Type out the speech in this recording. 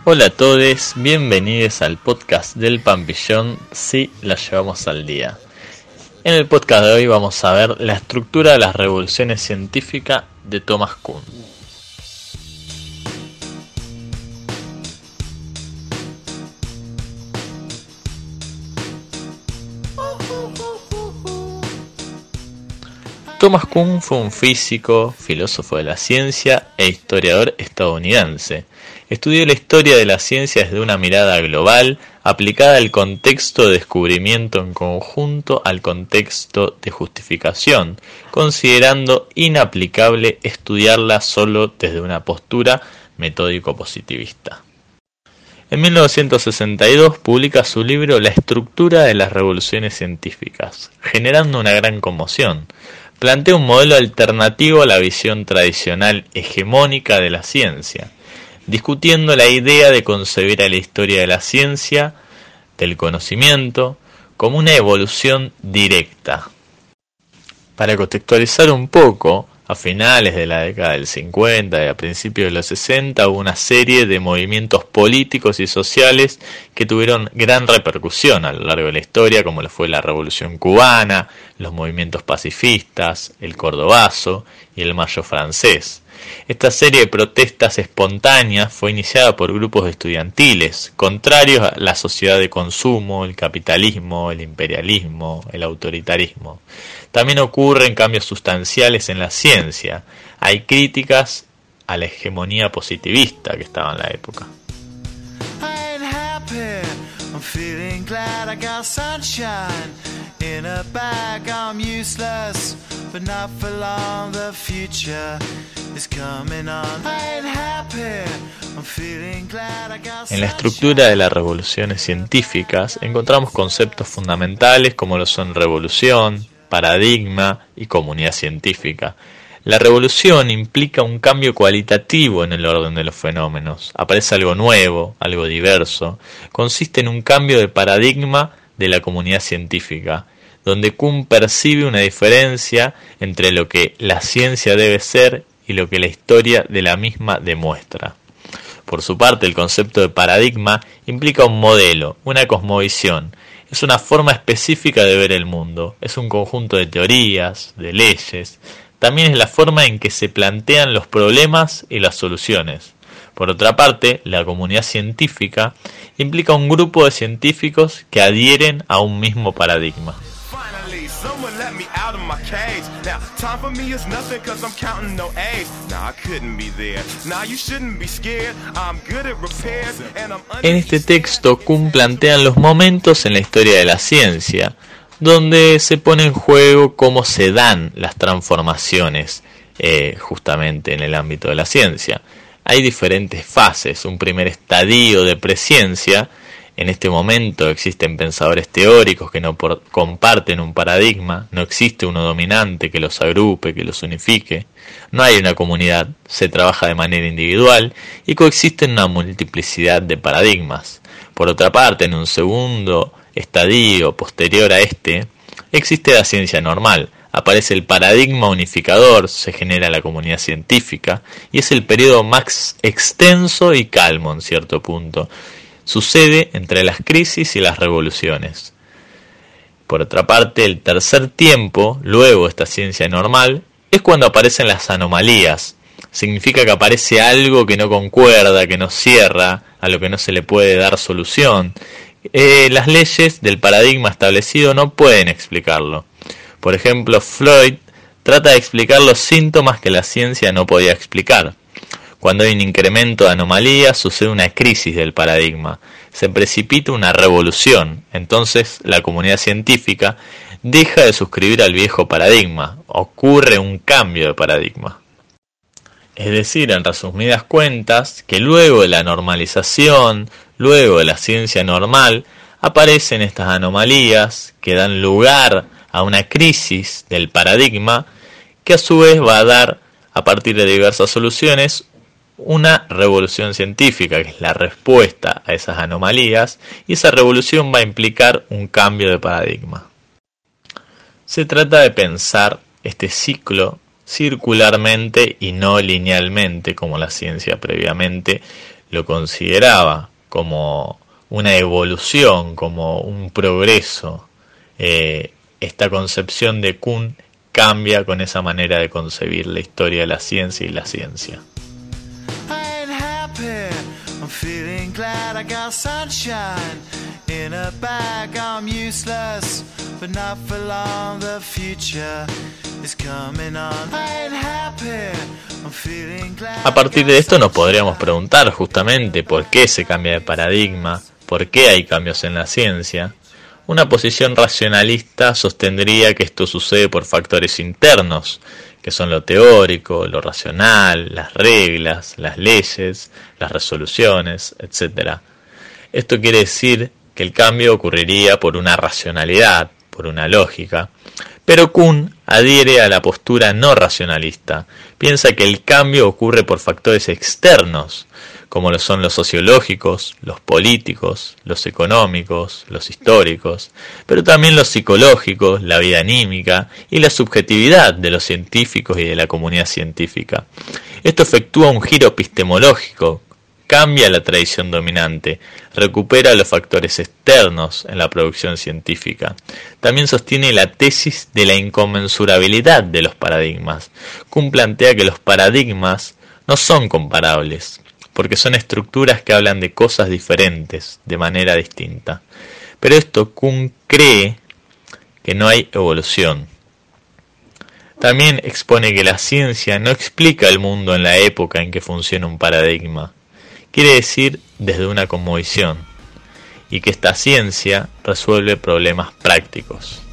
Hola a todos, bienvenidos al podcast del Pampillón, si la llevamos al día. En el podcast de hoy vamos a ver la estructura de las revoluciones científicas de Thomas Kuhn. Thomas Kuhn fue un físico, filósofo de la ciencia e historiador estadounidense. Estudió la historia de la ciencia desde una mirada global, aplicada al contexto de descubrimiento en conjunto al contexto de justificación, considerando inaplicable estudiarla solo desde una postura metódico-positivista. En 1962 publica su libro La estructura de las revoluciones científicas, generando una gran conmoción. Plantea un modelo alternativo a la visión tradicional hegemónica de la ciencia, discutiendo la idea de concebir a la historia de la ciencia, del conocimiento, como una evolución directa. Para contextualizar un poco, a finales de la década del 50 y a principios de los 60 hubo una serie de movimientos políticos y sociales que tuvieron gran repercusión a lo largo de la historia, como lo fue la Revolución Cubana, los movimientos pacifistas, el Cordobazo y el Mayo francés. Esta serie de protestas espontáneas fue iniciada por grupos estudiantiles, contrarios a la sociedad de consumo, el capitalismo, el imperialismo, el autoritarismo. También ocurren cambios sustanciales en la ciencia. Hay críticas a la hegemonía positivista que estaba en la época. En la estructura de las revoluciones científicas encontramos conceptos fundamentales como lo son revolución, paradigma y comunidad científica. La revolución implica un cambio cualitativo en el orden de los fenómenos. Aparece algo nuevo, algo diverso. Consiste en un cambio de paradigma de la comunidad científica, donde Kuhn percibe una diferencia entre lo que la ciencia debe ser y lo que la historia de la misma demuestra. Por su parte, el concepto de paradigma implica un modelo, una cosmovisión. Es una forma específica de ver el mundo, es un conjunto de teorías, de leyes. También es la forma en que se plantean los problemas y las soluciones. Por otra parte, la comunidad científica implica un grupo de científicos que adhieren a un mismo paradigma. En este texto, Kuhn plantea los momentos en la historia de la ciencia, donde se pone en juego cómo se dan las transformaciones justamente en el ámbito de la ciencia. Hay diferentes fases, un primer estadio de presciencia. En este momento existen pensadores teóricos que no comparten un paradigma, no existe uno dominante que los agrupe, que los unifique, no hay una comunidad, se trabaja de manera individual y coexisten una multiplicidad de paradigmas. Por otra parte, en un segundo estadio posterior a este, existe la ciencia normal, aparece el paradigma unificador, se genera la comunidad científica y es el periodo más extenso y calmo en cierto punto. Sucede entre las crisis y las revoluciones. Por otra parte, el tercer tiempo, luego de esta ciencia normal, es cuando aparecen las anomalías. Significa que aparece algo que no concuerda, que no cierra, a lo que no se le puede dar solución. Las leyes del paradigma establecido no pueden explicarlo. Por ejemplo, Freud trata de explicar los síntomas que la ciencia no podía explicar. Cuando hay un incremento de anomalías, sucede una crisis del paradigma. Se precipita una revolución. Entonces, la comunidad científica deja de suscribir al viejo paradigma. Ocurre un cambio de paradigma. Es decir, en resumidas cuentas, que luego de la normalización, luego de la ciencia normal, aparecen estas anomalías que dan lugar a una crisis del paradigma que a su vez va a dar, a partir de diversas soluciones, una revolución científica, que es la respuesta a esas anomalías, y esa revolución va a implicar un cambio de paradigma. Se trata de pensar este ciclo circularmente y no linealmente, como la ciencia previamente lo consideraba como una evolución, como un progreso. Esta concepción de Kuhn cambia con esa manera de concebir la historia de la ciencia y la ciencia. I'm feeling glad I got sunshine in a bag. I'm useless, but not for long. The future is coming on. I ain't happy. I'm feeling glad. A partir de esto nos podríamos preguntar justamente por qué se cambia de paradigma, por qué hay cambios en la ciencia. Una posición racionalista sostendría que esto sucede por factores internos, que son lo teórico, lo racional, las reglas, las leyes, las resoluciones, etc. Esto quiere decir que el cambio ocurriría por una racionalidad, por una lógica, pero Kuhn adhiere a la postura no racionalista. Piensa que el cambio ocurre por factores externos, como lo son los sociológicos, los políticos, los económicos, los históricos, pero también los psicológicos, la vida anímica y la subjetividad de los científicos y de la comunidad científica. Esto efectúa un giro epistemológico, cambia la tradición dominante, recupera los factores externos en la producción científica. También sostiene la tesis de la inconmensurabilidad de los paradigmas. Kuhn plantea que los paradigmas no son comparables, porque son estructuras que hablan de cosas diferentes, de manera distinta. Pero esto Kuhn cree que no hay evolución. También expone que la ciencia no explica el mundo en la época en que funciona un paradigma, quiere decir desde una cosmovisión, y que esta ciencia resuelve problemas prácticos.